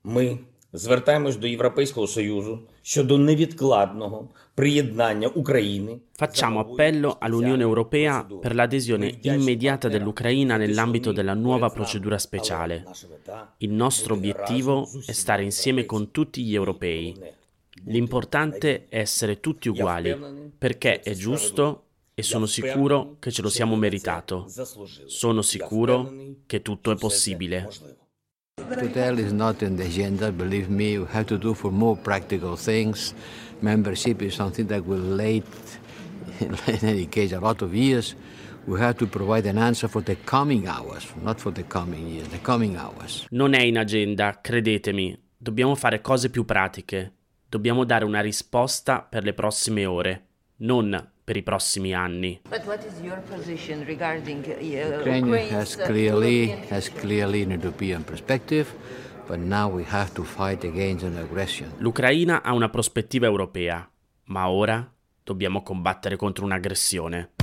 Ми звертаємось до Європейського Союзу щодо невідкладного приєднання України. Facciamo appello all'Unione Europea per l'adesione immediata dell'Ucraina nell'ambito della nuova procedura speciale. Il nostro obiettivo è stare insieme con tutti gli europei. L'importante è essere tutti uguali, perché è giusto e sono sicuro che ce lo siamo meritato. Sono sicuro che tutto è possibile. Today is not in the agenda, believe me. We have to do for more practical things. Membership is something that will late, in any case, a lot of years. We have to provide an answer for the coming hours, not for the coming years, the coming hours. Non è in agenda, credetemi. Dobbiamo fare cose più pratiche. Dobbiamo dare una risposta per le prossime ore, non per i prossimi anni. But what is your position regarding Ukraine has clearly an European perspective, but now we have to fight against an aggression. L'Ucraina ha una prospettiva europea, ma ora dobbiamo combattere contro un'aggressione.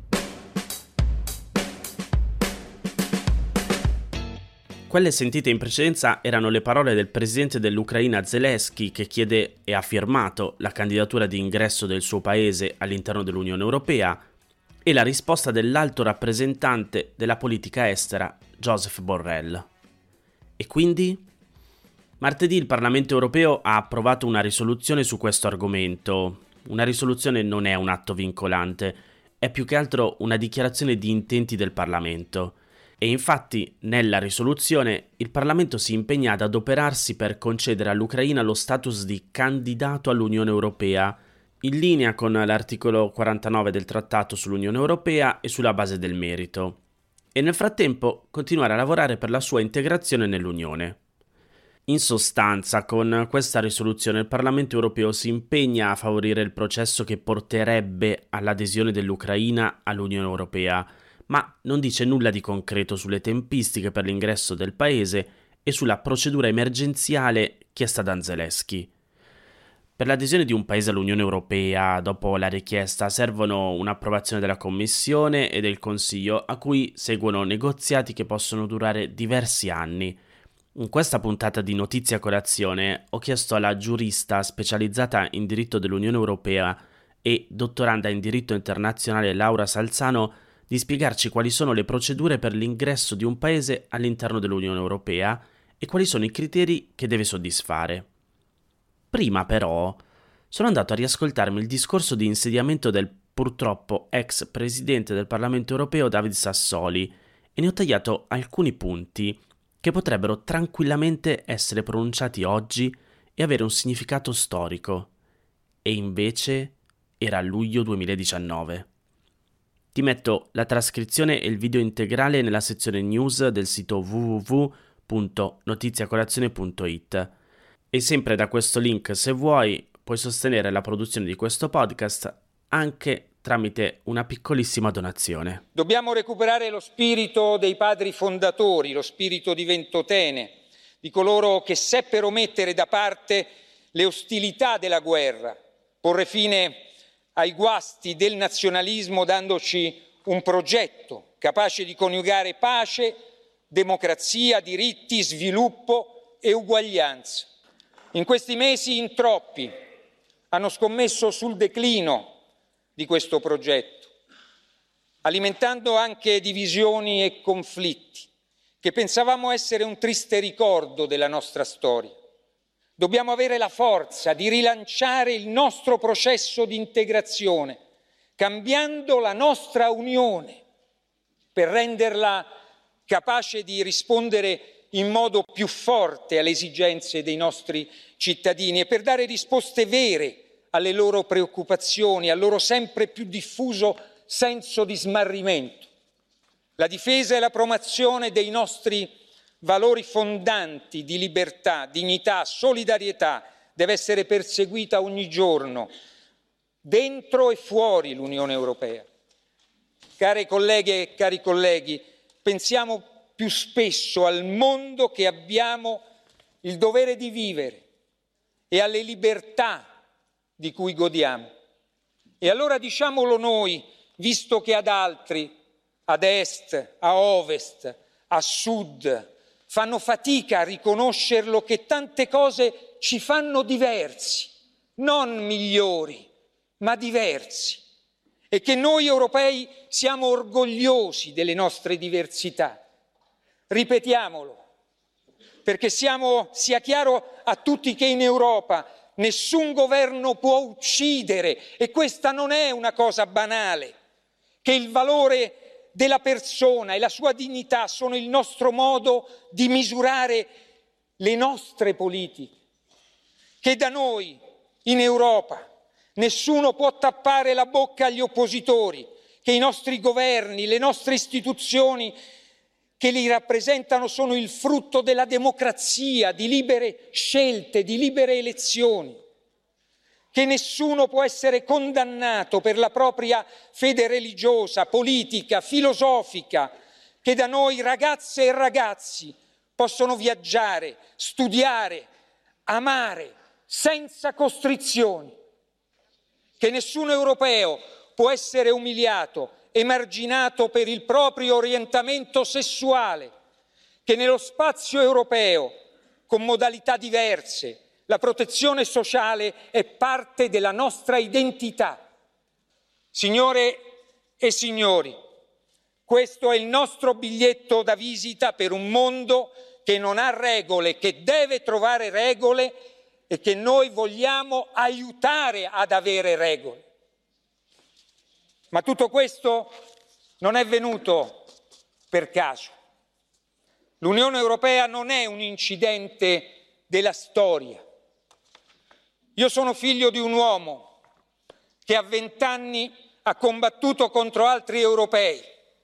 Quelle sentite in precedenza erano le parole del presidente dell'Ucraina Zelensky, che chiede e ha firmato la candidatura di ingresso del suo paese all'interno dell'Unione Europea, e la risposta dell'alto rappresentante della politica estera Josep Borrell. E quindi? Martedì il Parlamento europeo ha approvato una risoluzione su questo argomento. Una risoluzione non è un atto vincolante, è più che altro una dichiarazione di intenti del Parlamento. E infatti, nella risoluzione, il Parlamento si impegna ad adoperarsi per concedere all'Ucraina lo status di candidato all'Unione Europea, in linea con l'articolo 49 del Trattato sull'Unione Europea e sulla base del merito, e nel frattempo continuare a lavorare per la sua integrazione nell'Unione. In sostanza, con questa risoluzione il Parlamento europeo si impegna a favorire il processo che porterebbe all'adesione dell'Ucraina all'Unione Europea, ma non dice nulla di concreto sulle tempistiche per l'ingresso del paese e sulla procedura emergenziale chiesta da Zelensky. Per l'adesione di un paese all'Unione Europea, dopo la richiesta, servono un'approvazione della Commissione e del Consiglio, a cui seguono negoziati che possono durare diversi anni. In questa puntata di Notizia Colazione ho chiesto alla giurista specializzata in diritto dell'Unione Europea e dottoranda in diritto internazionale Laura Salzano di spiegarci quali sono le procedure per l'ingresso di un paese all'interno dell'Unione Europea e quali sono i criteri che deve soddisfare. Prima però sono andato a riascoltarmi il discorso di insediamento del purtroppo ex presidente del Parlamento Europeo David Sassoli e ne ho tagliato alcuni punti che potrebbero tranquillamente essere pronunciati oggi e avere un significato storico. E invece era luglio 2019. Ti metto la trascrizione e il video integrale nella sezione news del sito www.notiziacolazione.it e sempre da questo link, se vuoi, puoi sostenere la produzione di questo podcast anche tramite una piccolissima donazione. Dobbiamo recuperare lo spirito dei padri fondatori, lo spirito di Ventotene, di coloro che seppero mettere da parte le ostilità della guerra, porre fine ai guasti del nazionalismo dandoci un progetto capace di coniugare pace, democrazia, diritti, sviluppo e uguaglianza. In questi mesi in troppi hanno scommesso sul declino di questo progetto, alimentando anche divisioni e conflitti che pensavamo essere un triste ricordo della nostra storia. Dobbiamo avere la forza di rilanciare il nostro processo di integrazione, cambiando la nostra Unione per renderla capace di rispondere in modo più forte alle esigenze dei nostri cittadini e per dare risposte vere alle loro preoccupazioni, al loro sempre più diffuso senso di smarrimento. La difesa e la promozione dei nostri valori fondanti di libertà, dignità, solidarietà deve essere perseguita ogni giorno, dentro e fuori l'Unione Europea. Care colleghe e cari colleghi, pensiamo più spesso al mondo che abbiamo il dovere di vivere e alle libertà di cui godiamo. E allora diciamolo noi, visto che ad altri, ad est, a ovest, a sud, fanno fatica a riconoscerlo che tante cose ci fanno diversi, non migliori, ma diversi, e che noi europei siamo orgogliosi delle nostre diversità. Ripetiamolo, perché sia chiaro a tutti che in Europa nessun governo può uccidere, e questa non è una cosa banale, che il valore della persona e la sua dignità sono il nostro modo di misurare le nostre politiche, che da noi in Europa nessuno può tappare la bocca agli oppositori, che i nostri governi, le nostre istituzioni che li rappresentano sono il frutto della democrazia, di libere scelte, di libere elezioni, che nessuno può essere condannato per la propria fede religiosa, politica, filosofica, che da noi ragazze e ragazzi possono viaggiare, studiare, amare senza costrizioni, che nessun europeo può essere umiliato, emarginato per il proprio orientamento sessuale, che nello spazio europeo, con modalità diverse, la protezione sociale è parte della nostra identità. Signore e signori, questo è il nostro biglietto da visita per un mondo che non ha regole, che deve trovare regole e che noi vogliamo aiutare ad avere regole. Ma tutto questo non è venuto per caso. L'Unione Europea non è un incidente della storia. Io sono figlio di un uomo che a 20 anni ha combattuto contro altri europei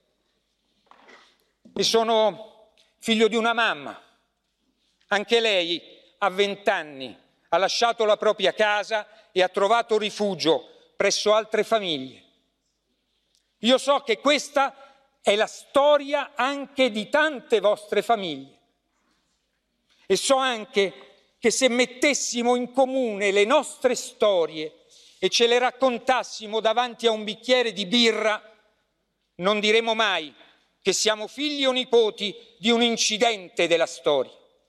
e sono figlio di una mamma. Anche lei a 20 anni ha lasciato la propria casa e ha trovato rifugio presso altre famiglie. Io so che questa è la storia anche di tante vostre famiglie e so anche che se mettessimo in comune le nostre storie e ce le raccontassimo davanti a un bicchiere di birra, non diremo mai che siamo figli o nipoti di un incidente della storia.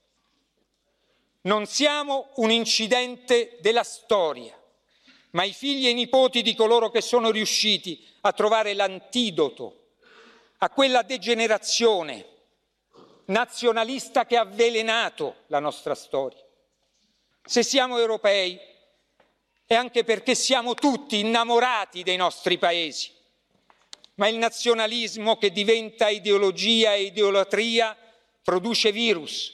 Non siamo un incidente della storia, ma i figli e i nipoti di coloro che sono riusciti a trovare l'antidoto a quella degenerazione nazionalista che ha avvelenato la nostra storia. Se siamo europei è anche perché siamo tutti innamorati dei nostri paesi, ma il nazionalismo che diventa ideologia e idolatria produce virus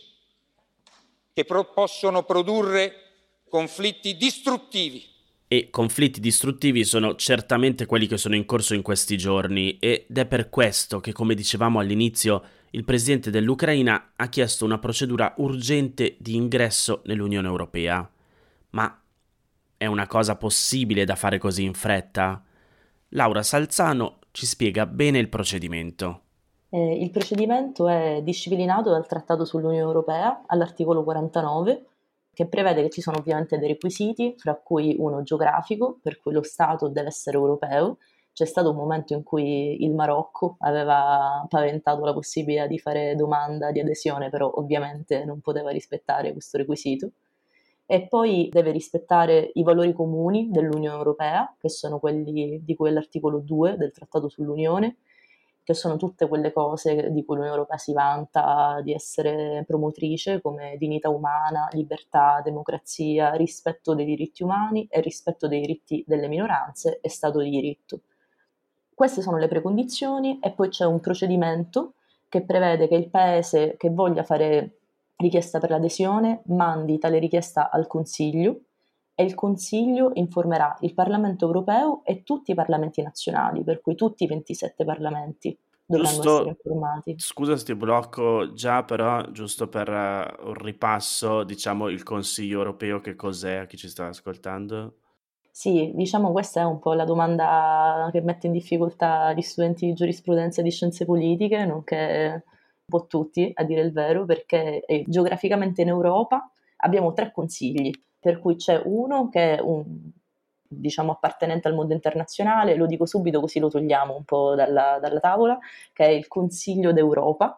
che possono produrre conflitti distruttivi. E conflitti distruttivi sono certamente quelli che sono in corso in questi giorni ed è per questo che, come dicevamo all'inizio, il presidente dell'Ucraina ha chiesto una procedura urgente di ingresso nell'Unione Europea. Ma è una cosa possibile da fare così in fretta? Laura Salzano ci spiega bene il procedimento. Il procedimento è disciplinato dal Trattato sull'Unione Europea all'articolo 49, che prevede che ci sono ovviamente dei requisiti, fra cui uno geografico, per cui lo Stato deve essere europeo. C'è stato un momento in cui il Marocco aveva paventato la possibilità di fare domanda di adesione, però ovviamente non poteva rispettare questo requisito. E poi deve rispettare i valori comuni dell'Unione Europea, che sono quelli di cui è l'articolo 2 del Trattato sull'Unione, che sono tutte quelle cose di cui l'Unione Europea si vanta di essere promotrice, come dignità umana, libertà, democrazia, rispetto dei diritti umani e rispetto dei diritti delle minoranze e Stato di diritto. Queste sono le precondizioni e poi c'è un procedimento che prevede che il paese che voglia fare richiesta per l'adesione mandi tale richiesta al Consiglio e il Consiglio informerà il Parlamento europeo e tutti i parlamenti nazionali, per cui tutti i 27 parlamenti dovranno essere informati. Scusa se ti blocco già, però giusto per un ripasso, diciamo il Consiglio europeo che cos'è a chi ci sta ascoltando? Sì, diciamo questa è un po' la domanda che mette in difficoltà gli studenti di giurisprudenza e di scienze politiche, nonché un po' tutti, a dire il vero, perché geograficamente in Europa abbiamo 3 consigli, per cui c'è uno che è diciamo appartenente al mondo internazionale, lo dico subito così lo togliamo un po' dalla tavola, che è il Consiglio d'Europa,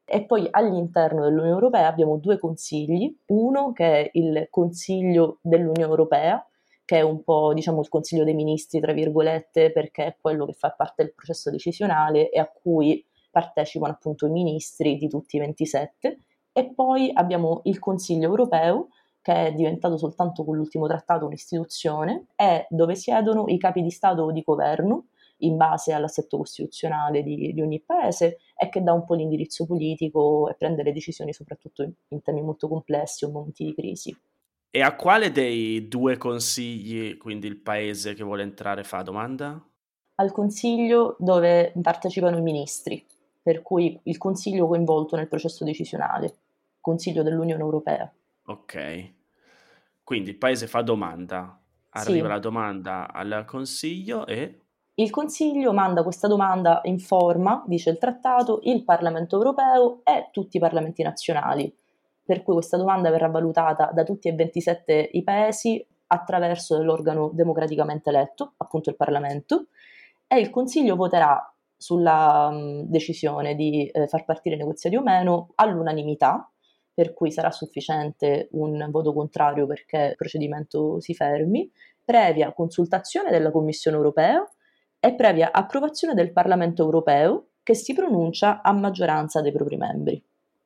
E poi all'interno dell'Unione Europea abbiamo due consigli, uno che è il Consiglio dell'Unione Europea, che è un po', diciamo, il Consiglio dei Ministri, tra virgolette, perché è quello che fa parte del processo decisionale e a cui partecipano appunto i ministri di tutti i 27. E poi abbiamo il Consiglio Europeo, che è diventato soltanto con l'ultimo trattato un'istituzione, è dove siedono i capi di Stato o di governo, in base all'assetto costituzionale di ogni paese, e che dà un po' l'indirizzo politico e prende le decisioni soprattutto in temi molto complessi o momenti di crisi. E a quale dei 2 consigli, quindi il paese che vuole entrare fa domanda? Al Consiglio dove partecipano i ministri, per cui il Consiglio coinvolto nel processo decisionale, Consiglio dell'Unione Europea. Okay. Quindi il paese fa domanda, arriva Sì, la domanda al consiglio e il Consiglio manda questa domanda in forma, dice il trattato, il Parlamento europeo e tutti i parlamenti nazionali, per cui questa domanda verrà valutata da tutti e 27 i paesi attraverso l'organo democraticamente eletto, appunto il Parlamento, e il Consiglio voterà sulla decisione di far partire i negoziati o meno all'unanimità, per cui sarà sufficiente un voto contrario perché il procedimento si fermi, previa consultazione della Commissione europea e previa approvazione del Parlamento europeo che si pronuncia a maggioranza dei propri membri.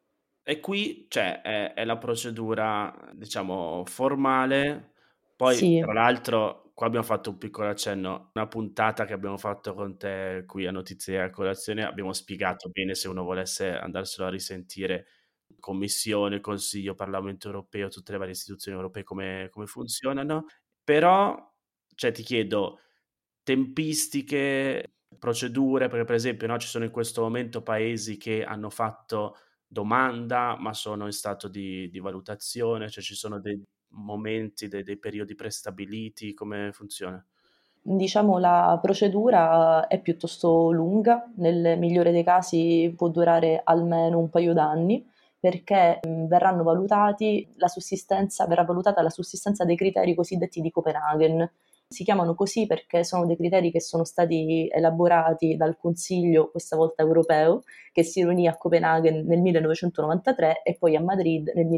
qui, cioè, è la procedura, diciamo, formale. Poi, Sì, tra l'altro, qua abbiamo fatto un piccolo accenno, una puntata che abbiamo fatto con te qui a Notizie a Colazione, abbiamo spiegato bene, se uno volesse andarselo a risentire, Commissione, Consiglio, Parlamento europeo, tutte le varie istituzioni europee come funzionano. Però, cioè, ti chiedo tempistiche, procedure, perché per esempio, no, ci sono in questo momento paesi che hanno fatto domanda, ma sono in stato di valutazione, cioè ci sono dei momenti, dei periodi prestabiliti, come funziona? diciamo la procedura è piuttosto lunga, nel migliore dei casi può durare almeno un paio d'anni, perché verranno valutati verrà valutata la sussistenza dei criteri cosiddetti di Copenaghen. Si chiamano così perché sono dei criteri che sono stati elaborati dal Consiglio, questa volta europeo, che si riunì a Copenaghen nel 1993 e poi a Madrid nel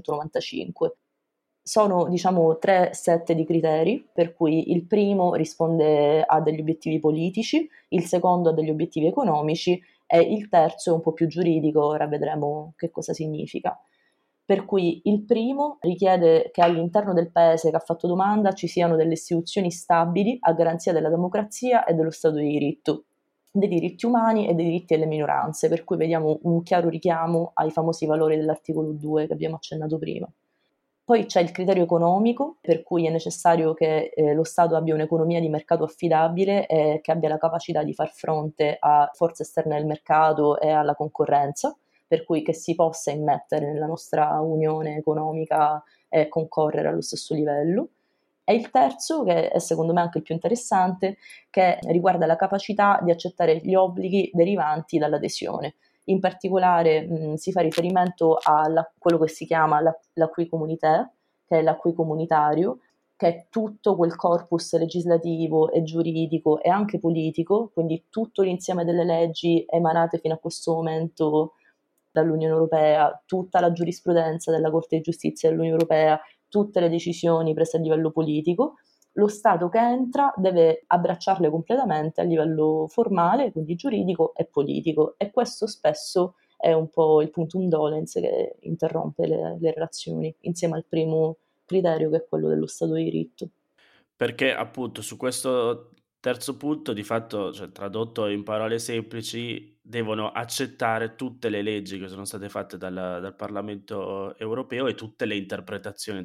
1995. Sono, diciamo, tre set di criteri, per cui il primo risponde a degli obiettivi politici, il secondo a degli obiettivi economici e il terzo è un po' più giuridico, ora vedremo che cosa significa. Per cui il primo richiede che all'interno del paese che ha fatto domanda ci siano delle istituzioni stabili a garanzia della democrazia e dello Stato di diritto, dei diritti umani e dei diritti delle minoranze, per cui vediamo un chiaro richiamo ai famosi valori dell'articolo 2 che abbiamo accennato prima. Poi c'è il criterio economico, per cui è necessario che lo Stato abbia un'economia di mercato affidabile e che abbia la capacità di far fronte a forze esterne del mercato e alla concorrenza, per cui che si possa immettere nella nostra unione economica e concorrere allo stesso livello. E il terzo, che è secondo me anche il più interessante, che riguarda la capacità di accettare gli obblighi derivanti dall'adesione. In particolare si fa riferimento a quello che si chiama l'acquis communautaire, che è l'acquis comunitario, che è tutto quel corpus legislativo e giuridico e anche politico, quindi tutto l'insieme delle leggi emanate fino a questo momento dall'Unione Europea, tutta la giurisprudenza della Corte di Giustizia dell'Unione Europea, tutte le decisioni prese a livello politico. Lo Stato che entra deve abbracciarle completamente a livello formale, quindi giuridico e politico, e questo spesso è un po' il punctum dolens che interrompe le relazioni, insieme al primo criterio che è quello dello Stato di diritto. Perché appunto su questo terzo punto, di fatto, cioè tradotto in parole semplici, devono accettare tutte le leggi che sono state fatte dal Parlamento europeo e tutte le interpretazioni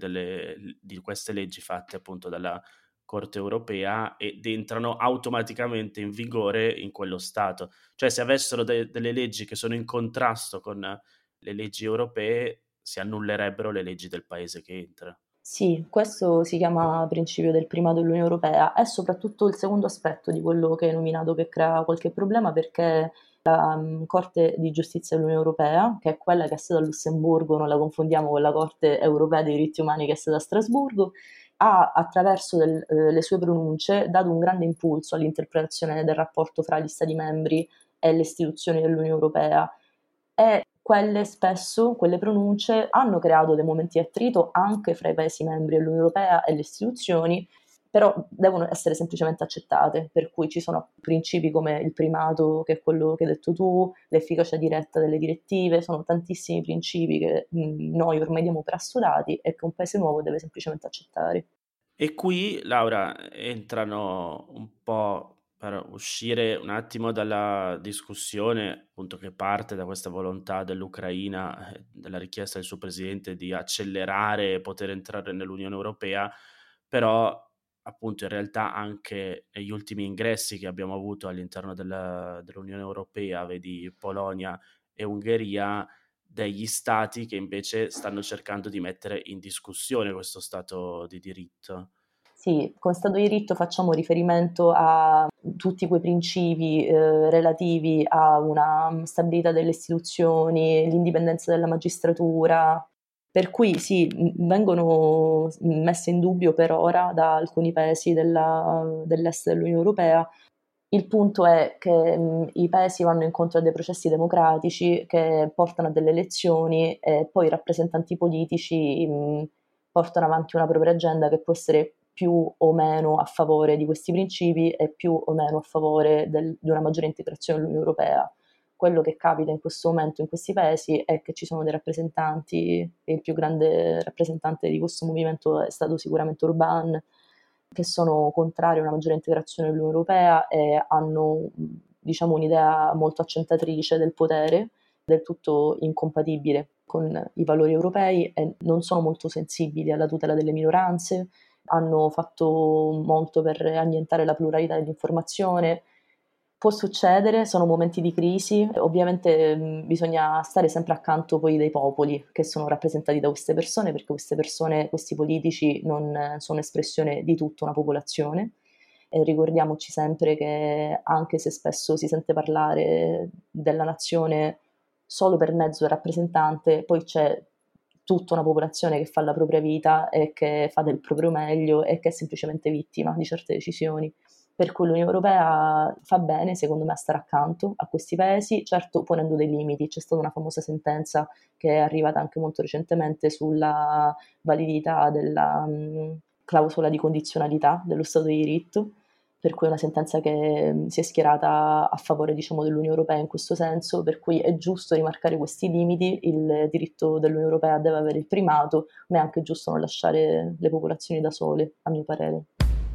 di queste leggi fatte appunto dalla Corte europea ed entrano automaticamente in vigore in quello Stato. Cioè se avessero delle leggi che sono in contrasto con le leggi europee, si annullerebbero le leggi del paese che entra. Sì, questo si chiama principio del primato dell'Unione Europea. È soprattutto il secondo aspetto di quello che hai nominato che crea qualche problema perché la Corte di Giustizia dell'Unione Europea, che è quella che è stata a Lussemburgo, non la confondiamo con la Corte Europea dei diritti umani che è stata a Strasburgo, ha attraverso le sue pronunce dato un grande impulso all'interpretazione del rapporto fra gli Stati membri e le istituzioni dell'Unione Europea e quelle pronunce hanno creato dei momenti di attrito anche fra i Paesi membri dell'Unione Europea e le istituzioni, però devono essere semplicemente accettate, per cui ci sono principi come il primato, che è quello che hai detto tu, l'efficacia diretta delle direttive, sono tantissimi principi che noi ormai diamo per assodati e che un Paese nuovo deve semplicemente accettare. E qui, Laura, entrano un po' per uscire un attimo dalla discussione, appunto, che parte da questa volontà dell'Ucraina, della richiesta del suo presidente di accelerare e poter entrare nell'Unione Europea, però appunto in realtà anche negli ultimi ingressi che abbiamo avuto all'interno dell'Unione Europea, vedi Polonia e Ungheria, degli stati che invece stanno cercando di mettere in discussione questo stato di diritto. Sì, con Stato di diritto facciamo riferimento a tutti quei principi relativi a una stabilità delle istituzioni, l'indipendenza della magistratura, per cui sì, vengono messe in dubbio per ora da alcuni paesi dell'est dell'Unione Europea. Il punto è che i paesi vanno incontro a dei processi democratici che portano a delle elezioni e poi i rappresentanti politici portano avanti una propria agenda che può essere più o meno a favore di questi principi e più o meno a favore di una maggiore integrazione dell'Unione Europea. Quello che capita in questo momento in questi paesi è che ci sono dei rappresentanti, e il più grande rappresentante di questo movimento è stato sicuramente Orbán, che sono contrari a una maggiore integrazione dell'Unione Europea e hanno, diciamo, un'idea molto accentatrice del potere, del tutto incompatibile con i valori europei, e non sono molto sensibili alla tutela delle minoranze, hanno fatto molto per annientare la pluralità dell'informazione. Può succedere, sono momenti di crisi, ovviamente bisogna stare sempre accanto poi dei popoli che sono rappresentati da queste persone, perché queste persone, questi politici non sono espressione di tutta una popolazione, e ricordiamoci sempre che anche se spesso si sente parlare della nazione solo per mezzo del rappresentante, poi c'è tutta una popolazione che fa la propria vita e che fa del proprio meglio e che è semplicemente vittima di certe decisioni. Per cui l'Unione Europea fa bene, secondo me, a stare accanto a questi paesi, certo ponendo dei limiti. C'è stata una famosa sentenza che è arrivata anche molto recentemente sulla validità della clausola di condizionalità dello Stato di diritto, per cui è una sentenza che si è schierata a favore, diciamo, dell'Unione Europea in questo senso, per cui è giusto rimarcare questi limiti, il diritto dell'Unione Europea deve avere il primato, ma è anche giusto non lasciare le popolazioni da sole, a mio parere.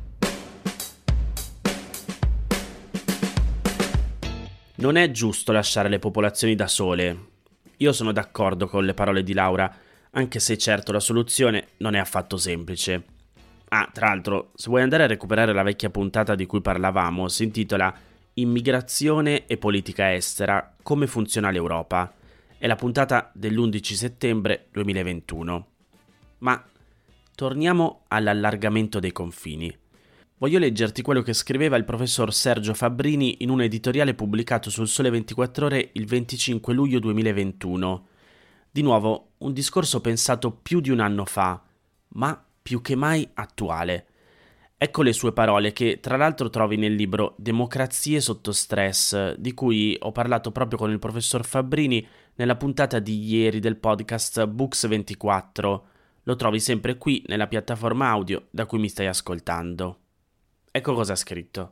Non è giusto lasciare le popolazioni da sole. Io sono d'accordo con le parole di Laura, anche se certo la soluzione non è affatto semplice. Ah, tra l'altro, se vuoi andare a recuperare la vecchia puntata di cui parlavamo, si intitola Immigrazione e politica estera, come funziona l'Europa. È la puntata dell'11 settembre 2021. Ma torniamo all'allargamento dei confini. Voglio leggerti quello che scriveva il professor Sergio Fabbrini in un editoriale pubblicato sul Sole 24 Ore il 25 luglio 2021. Di nuovo, un discorso pensato più di un anno fa, ma più che mai attuale. Ecco le sue parole, che tra l'altro trovi nel libro Democrazie sotto stress, di cui ho parlato proprio con il professor Fabbrini nella puntata di ieri del podcast Books 24. Lo trovi sempre qui nella piattaforma audio da cui mi stai ascoltando. Ecco cosa ha scritto.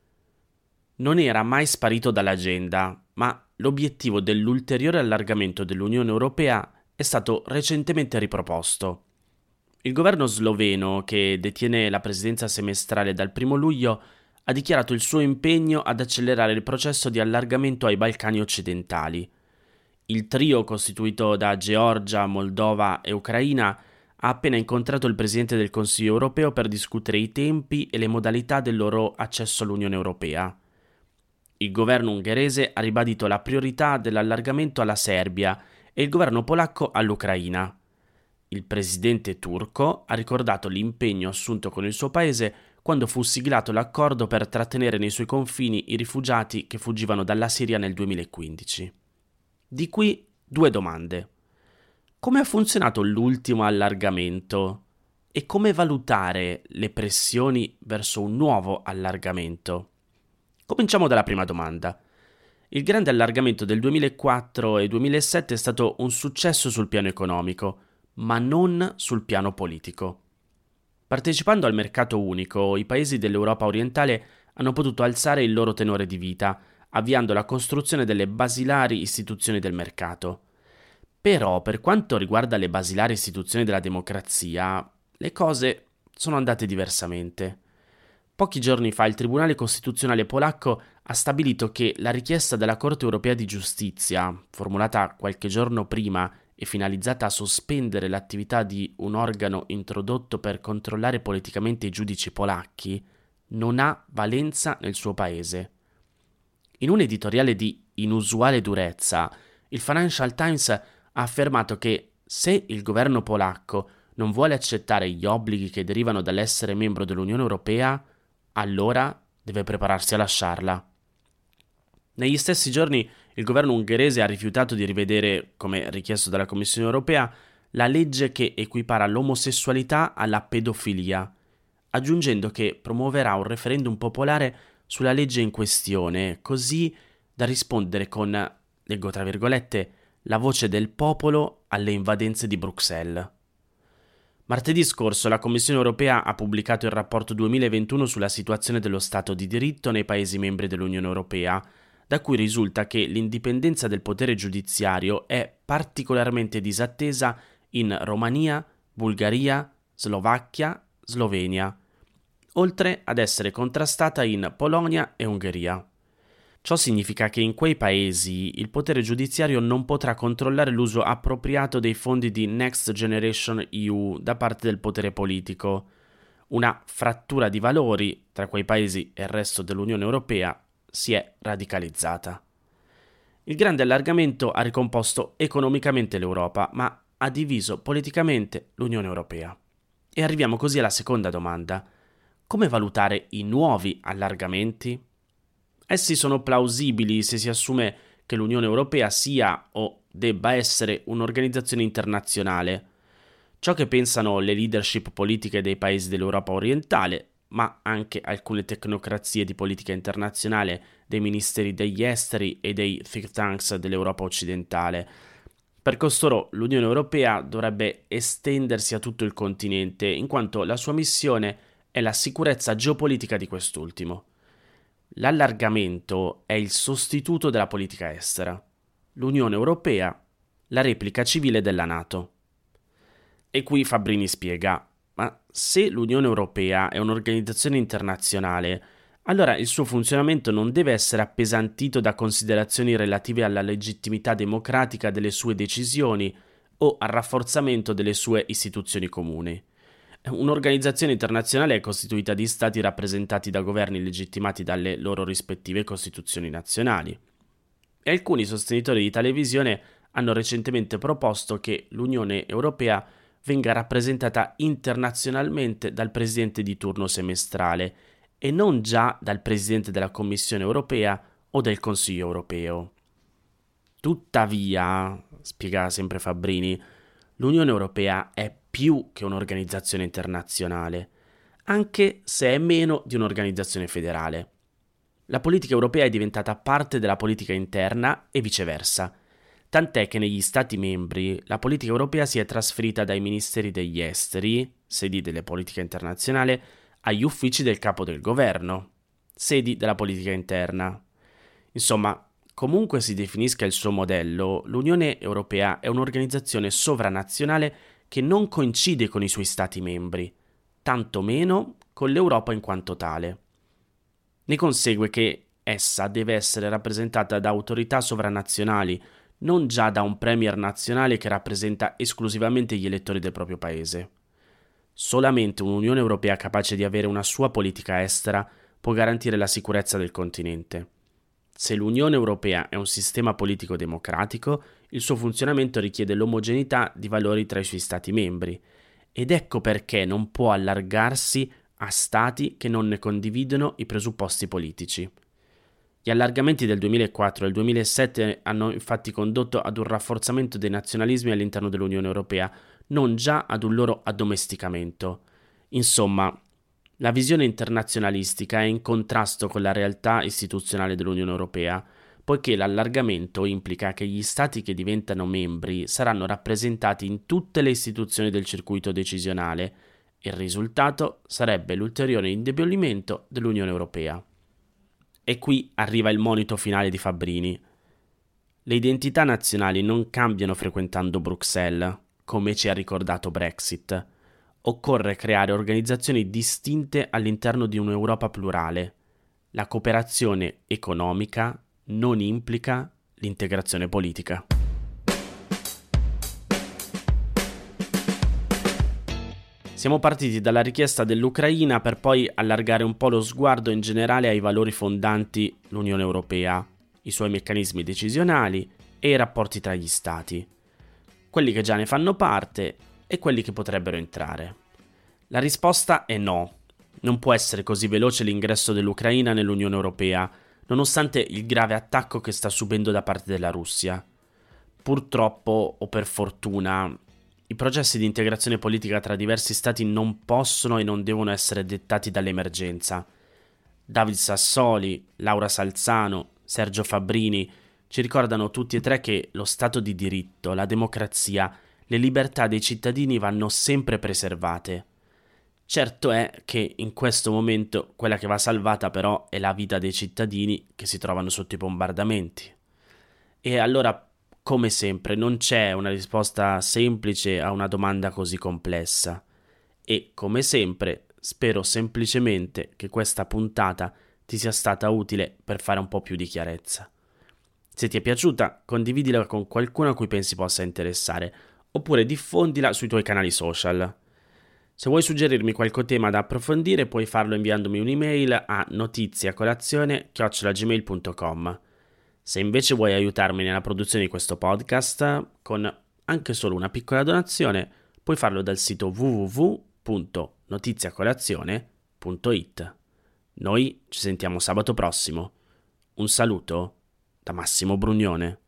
Non era mai sparito dall'agenda, ma l'obiettivo dell'ulteriore allargamento dell'Unione Europea è stato recentemente riproposto. Il governo sloveno, che detiene la presidenza semestrale dal 1 luglio, ha dichiarato il suo impegno ad accelerare il processo di allargamento ai Balcani occidentali. Il trio, costituito da Georgia, Moldova e Ucraina, ha appena incontrato il Presidente del Consiglio europeo per discutere i tempi e le modalità del loro accesso all'Unione Europea. Il governo ungherese ha ribadito la priorità dell'allargamento alla Serbia e il governo polacco all'Ucraina. Il presidente turco ha ricordato l'impegno assunto con il suo paese quando fu siglato l'accordo per trattenere nei suoi confini i rifugiati che fuggivano dalla Siria nel 2015. Di qui 2 domande. Come ha funzionato l'ultimo allargamento e come valutare le pressioni verso un nuovo allargamento? Cominciamo dalla prima domanda. Il grande allargamento del 2004 e 2007 è stato un successo sul piano economico, ma non sul piano politico. Partecipando al mercato unico, i paesi dell'Europa orientale hanno potuto alzare il loro tenore di vita, avviando la costruzione delle basilari istituzioni del mercato. Però, per quanto riguarda le basilari istituzioni della democrazia, le cose sono andate diversamente. Pochi giorni fa il Tribunale Costituzionale polacco ha stabilito che la richiesta della Corte Europea di Giustizia, formulata qualche giorno prima e finalizzata a sospendere l'attività di un organo introdotto per controllare politicamente i giudici polacchi, non ha valenza nel suo paese. In un editoriale di inusuale durezza, il Financial Times ha affermato che se il governo polacco non vuole accettare gli obblighi che derivano dall'essere membro dell'Unione Europea, allora deve prepararsi a lasciarla. Negli stessi giorni il governo ungherese ha rifiutato di rivedere, come richiesto dalla Commissione Europea, la legge che equipara l'omosessualità alla pedofilia, aggiungendo che promuoverà un referendum popolare sulla legge in questione, così da rispondere con, leggo tra virgolette, la voce del popolo alle invadenze di Bruxelles. Martedì scorso la Commissione Europea ha pubblicato il rapporto 2021 sulla situazione dello Stato di diritto nei Paesi membri dell'Unione Europea, da cui risulta che l'indipendenza del potere giudiziario è particolarmente disattesa in Romania, Bulgaria, Slovacchia, Slovenia, oltre ad essere contrastata in Polonia e Ungheria. Ciò significa che in quei paesi il potere giudiziario non potrà controllare l'uso appropriato dei fondi di Next Generation EU da parte del potere politico, una frattura di valori tra quei paesi e il resto dell'Unione Europea si è radicalizzata. Il grande allargamento ha ricomposto economicamente l'Europa, ma ha diviso politicamente l'Unione Europea. E arriviamo così alla seconda domanda. Come valutare i nuovi allargamenti? Essi sono plausibili se si assume che l'Unione Europea sia o debba essere un'organizzazione internazionale. Ciò che pensano le leadership politiche dei paesi dell'Europa orientale, ma anche alcune tecnocrazie di politica internazionale, dei ministeri degli esteri e dei think tanks dell'Europa occidentale. Per costoro l'Unione Europea dovrebbe estendersi a tutto il continente, in quanto la sua missione è la sicurezza geopolitica di quest'ultimo. L'allargamento è il sostituto della politica estera. L'Unione Europea, la replica civile della NATO. E qui Fabbrini spiega: ma se l'Unione Europea è un'organizzazione internazionale, allora il suo funzionamento non deve essere appesantito da considerazioni relative alla legittimità democratica delle sue decisioni o al rafforzamento delle sue istituzioni comuni. Un'organizzazione internazionale è costituita di stati rappresentati da governi legittimati dalle loro rispettive costituzioni nazionali. E alcuni sostenitori di tale visione hanno recentemente proposto che l'Unione Europea venga rappresentata internazionalmente dal presidente di turno semestrale e non già dal presidente della Commissione Europea o del Consiglio Europeo. Tuttavia, spiega sempre Fabbrini, l'Unione Europea è più che un'organizzazione internazionale, anche se è meno di un'organizzazione federale. La politica europea è diventata parte della politica interna e viceversa, tant'è che negli Stati membri la politica europea si è trasferita dai ministeri degli esteri, sedi delle politiche internazionali, agli uffici del capo del governo, sedi della politica interna. Insomma, comunque si definisca il suo modello, l'Unione Europea è un'organizzazione sovranazionale che non coincide con i suoi Stati membri, tanto meno con l'Europa in quanto tale. Ne consegue che essa deve essere rappresentata da autorità sovranazionali, non già da un premier nazionale che rappresenta esclusivamente gli elettori del proprio paese. Solamente un'Unione Europea capace di avere una sua politica estera può garantire la sicurezza del continente. Se l'Unione Europea è un sistema politico democratico, il suo funzionamento richiede l'omogeneità di valori tra i suoi Stati membri, ed ecco perché non può allargarsi a Stati che non ne condividono i presupposti politici. Gli allargamenti del 2004 e del 2007 hanno infatti condotto ad un rafforzamento dei nazionalismi all'interno dell'Unione Europea, non già ad un loro addomesticamento. Insomma, la visione internazionalistica è in contrasto con la realtà istituzionale dell'Unione Europea, poiché l'allargamento implica che gli stati che diventano membri saranno rappresentati in tutte le istituzioni del circuito decisionale. Il risultato sarebbe l'ulteriore indebolimento dell'Unione Europea. E qui arriva il monito finale di Fabbrini. Le identità nazionali non cambiano frequentando Bruxelles, come ci ha ricordato Brexit. Occorre creare organizzazioni distinte all'interno di un'Europa plurale. La cooperazione economica non implica l'integrazione politica. Siamo partiti dalla richiesta dell'Ucraina per poi allargare un po' lo sguardo in generale ai valori fondanti l'Unione Europea, i suoi meccanismi decisionali e i rapporti tra gli Stati, quelli che già ne fanno parte e quelli che potrebbero entrare. La risposta è no. Non può essere così veloce l'ingresso dell'Ucraina nell'Unione Europea, nonostante il grave attacco che sta subendo da parte della Russia. Purtroppo, o per fortuna, i processi di integrazione politica tra diversi stati non possono e non devono essere dettati dall'emergenza. David Sassoli, Laura Salzano, Sergio Fabbrini ci ricordano tutti e tre che lo Stato di diritto, la democrazia, le libertà dei cittadini vanno sempre preservate. Certo è che in questo momento quella che va salvata però è la vita dei cittadini che si trovano sotto i bombardamenti. E allora, come sempre, non c'è una risposta semplice a una domanda così complessa. E, come sempre, spero semplicemente che questa puntata ti sia stata utile per fare un po' più di chiarezza. Se ti è piaciuta, condividila con qualcuno a cui pensi possa interessare, oppure diffondila sui tuoi canali social. Se vuoi suggerirmi qualche tema da approfondire, puoi farlo inviandomi un'email a notiziacolazione@gmail.com. Se invece vuoi aiutarmi nella produzione di questo podcast, con anche solo una piccola donazione, puoi farlo dal sito www.notiziacolazione.it. Noi ci sentiamo sabato prossimo. Un saluto da Massimo Brugnone.